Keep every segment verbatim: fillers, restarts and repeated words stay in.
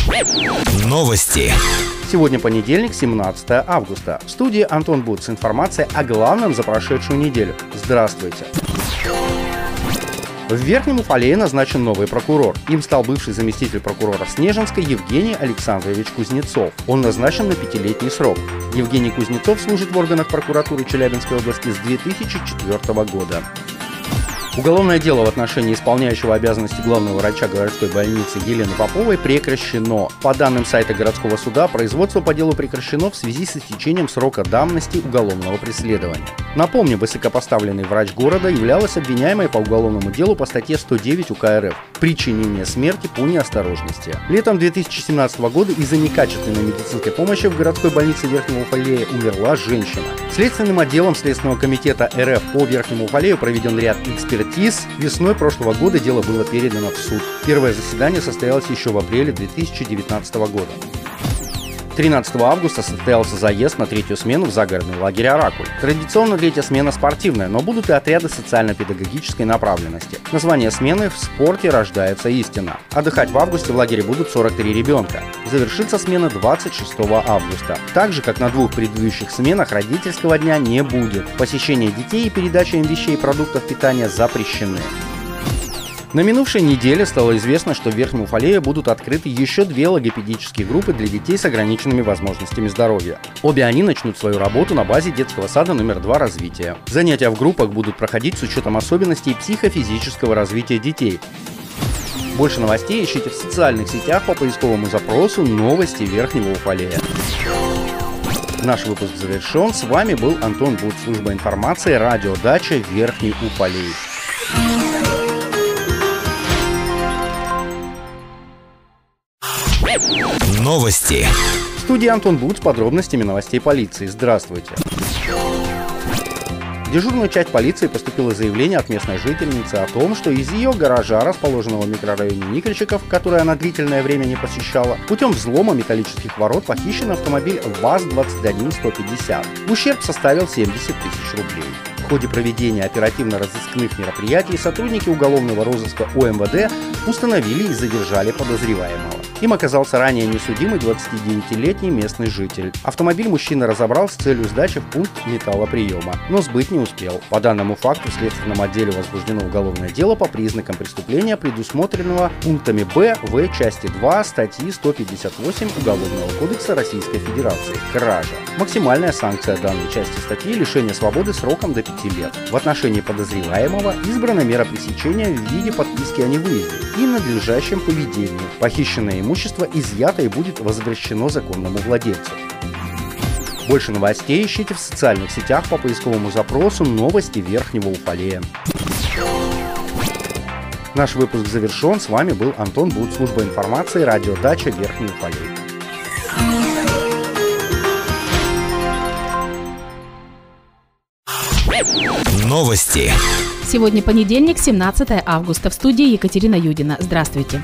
Новости. Сегодня понедельник, семнадцатое августа. В студии Антон Буд с информацией о главном за прошедшую неделю. Здравствуйте! В Верхнем Уфалее назначен новый прокурор. Им стал бывший заместитель прокурора Снежинска Евгений Александрович Кузнецов. Он назначен на пятилетний срок. Евгений Кузнецов служит в органах прокуратуры Челябинской области с две тысячи четвёртого года. Уголовное дело в отношении исполняющего обязанности главного врача городской больницы Елены Поповой прекращено. По данным сайта городского суда, производство по делу прекращено в связи с истечением срока давности уголовного преследования. Напомню, высокопоставленный врач города являлась обвиняемой по уголовному делу по статье сто девять УК РФ «Причинение смерти по неосторожности». Летом две тысячи семнадцатого года из-за некачественной медицинской помощи в городской больнице Верхнего Уфалея умерла женщина. Следственным отделом Следственного комитета РФ по Верхнему Уфалею проведен ряд экспертиз. Весной прошлого года дело было передано в суд. Первое заседание состоялось еще в апреле две тысячи девятнадцатого года. тринадцатого августа состоялся заезд на третью смену в загородный лагерь «Оракуль». Традиционно третья смена спортивная, но будут и отряды социально-педагогической направленности. Название смены «В спорте рождается истина». Отдыхать в августе в лагере будут сорок три ребенка. Завершится смена двадцать шестого августа. Так же, как на двух предыдущих сменах, родительского дня не будет. Посещение детей и передача им вещей и продуктов питания запрещены. На минувшей неделе стало известно, что в Верхнем Уфалее будут открыты еще две логопедические группы для детей с ограниченными возможностями здоровья. Обе они начнут свою работу на базе детского сада номер два «Развитие». Занятия в группах будут проходить с учетом особенностей психофизического развития детей. Больше новостей ищите в социальных сетях по поисковому запросу «Новости Верхнего Уфалея». Наш выпуск завершен. С вами был Антон Буд, служба информации, радио «Дача», Верхний Уфалей. Новости. В студии Антон Буд с подробностями новостей полиции. Здравствуйте. В дежурную часть полиции поступило заявление от местной жительницы о том, что из ее гаража, расположенного в микрорайоне Никольщиков, который она длительное время не посещала, путем взлома металлических ворот похищен автомобиль ВАЗ двадцать один сто пятьдесят. Ущерб составил семьдесят тысяч рублей. В ходе проведения оперативно-розыскных мероприятий сотрудники уголовного розыска ОМВД установили и задержали подозреваемого. Им оказался ранее несудимый двадцатидевятилетний местный житель. Автомобиль мужчина разобрал с целью сдачи в пункт металлоприема, но сбыть не успел. По данному факту в следственном отделе возбуждено уголовное дело по признакам преступления, предусмотренного пунктами Б, В части два статьи сто пятьдесят восемь Уголовного кодекса Российской Федерации – кража. Максимальная санкция данной части статьи – лишение свободы сроком до пяти лет. В отношении подозреваемого избрана мера пресечения в виде подписки о невыезде и надлежащем поведении. Похищенное имущество изъято и будет возвращено законному владельцу. Больше новостей ищите в социальных сетях по поисковому запросу «Новости Верхнего Уфалея». Наш выпуск завершен. С вами был Антон Буд, служба информации, радио «Дача», Верхний Уфалей. Новости. Сегодня понедельник, семнадцатое августа. В студии Екатерина Юдина. Здравствуйте.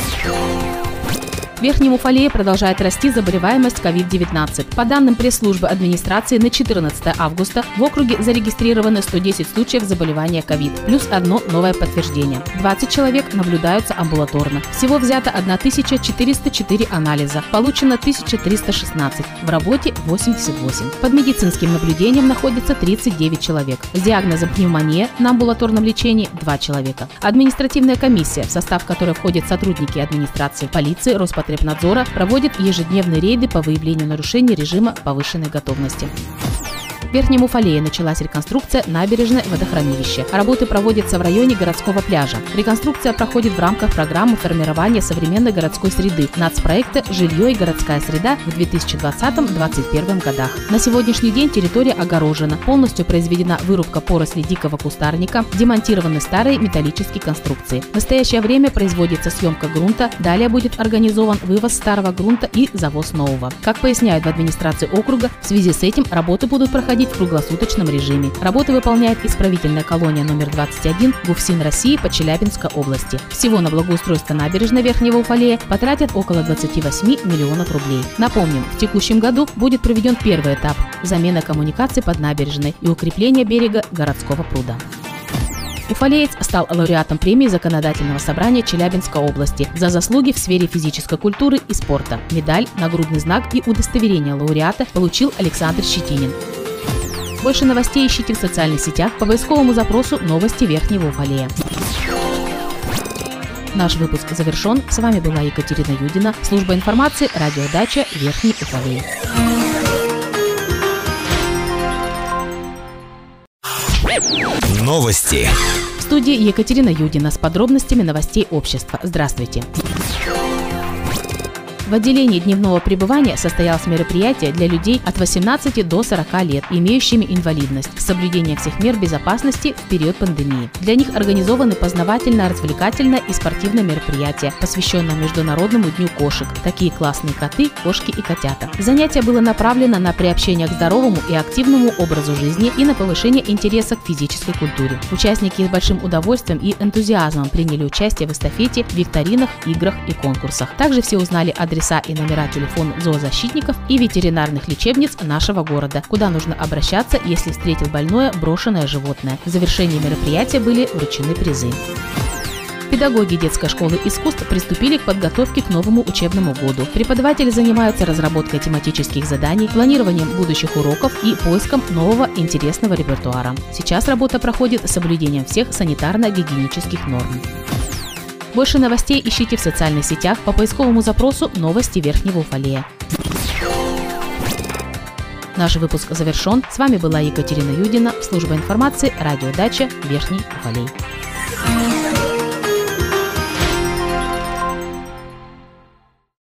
В Верхнем Уфалее продолжает расти заболеваемость ковид девятнадцать. По данным пресс-службы администрации, на четырнадцатое августа в округе зарегистрировано сто десять случаев заболевания ковид, плюс одно новое подтверждение. двадцать человек наблюдаются амбулаторно. Всего взято тысяча четыреста четыре анализа, получено тысяча триста шестнадцать, в работе восемьдесят восемь. Под медицинским наблюдением находится тридцать девять человек. С диагнозом пневмония на амбулаторном лечении два человека. Административная комиссия, в состав которой входят сотрудники администрации, полиции, Роспотребнадзора, проводит ежедневные рейды по выявлению нарушений режима повышенной готовности. В Верхнем Уфалее началась реконструкция набережной водохранилища. Работы проводятся в районе городского пляжа. Реконструкция проходит в рамках программы формирования современной городской среды нацпроекта «Жилье и городская среда» в две тысячи двадцатом — две тысячи двадцать первом годах. На сегодняшний день территория огорожена, полностью произведена вырубка порослей дикого кустарника, демонтированы старые металлические конструкции. В настоящее время производится съемка грунта, далее будет организован вывоз старого грунта и завоз нового. Как поясняют в администрации округа, в связи с этим работы будут проходить в круглосуточном режиме. Работы выполняет исправительная колония номер двадцать один ГУФСИН России по Челябинской области. Всего на благоустройство набережной Верхнего Уфалея потратят около двадцати восьми миллионов рублей. Напомним, в текущем году будет проведен первый этап – замена коммуникаций под набережной и укрепление берега городского пруда. Уфалеец стал лауреатом премии Законодательного собрания Челябинской области за заслуги в сфере физической культуры и спорта. Медаль, нагрудный знак и удостоверение лауреата получил Александр Щетинин. Больше новостей ищите в социальных сетях по поисковому запросу «Новости Верхнего Уфалея». Наш выпуск завершен. С вами была Екатерина Юдина, служба информации, радиодача Верхний Уфалей. Новости. В студии Екатерина Юдина с подробностями новостей общества. Здравствуйте. В отделении дневного пребывания состоялось мероприятие для людей от восемнадцати до сорока лет, имеющими инвалидность, с соблюдением всех мер безопасности в период пандемии. Для них организованы познавательно-развлекательное и спортивное мероприятие, посвященное Международному дню кошек. Такие классные коты, кошки и котята. Занятие было направлено на приобщение к здоровому и активному образу жизни и на повышение интереса к физической культуре. Участники с большим удовольствием и энтузиазмом приняли участие в эстафете, викторинах, играх и конкурсах. Также все узнали адреса и номера телефонов зоозащитников и ветеринарных лечебниц нашего города, куда нужно обращаться, если встретил больное брошенное животное. В завершении мероприятия были вручены призы. Педагоги детской школы искусств приступили к подготовке к новому учебному году. Преподаватели занимаются разработкой тематических заданий, планированием будущих уроков и поиском нового интересного репертуара. Сейчас работа проходит с соблюдением всех санитарно-гигиенических норм. Больше новостей ищите в социальных сетях по поисковому запросу «Новости Верхнего Уфалея». Наш выпуск завершен. С вами была Екатерина Юдина, служба информации, радиодача Верхний Уфалей.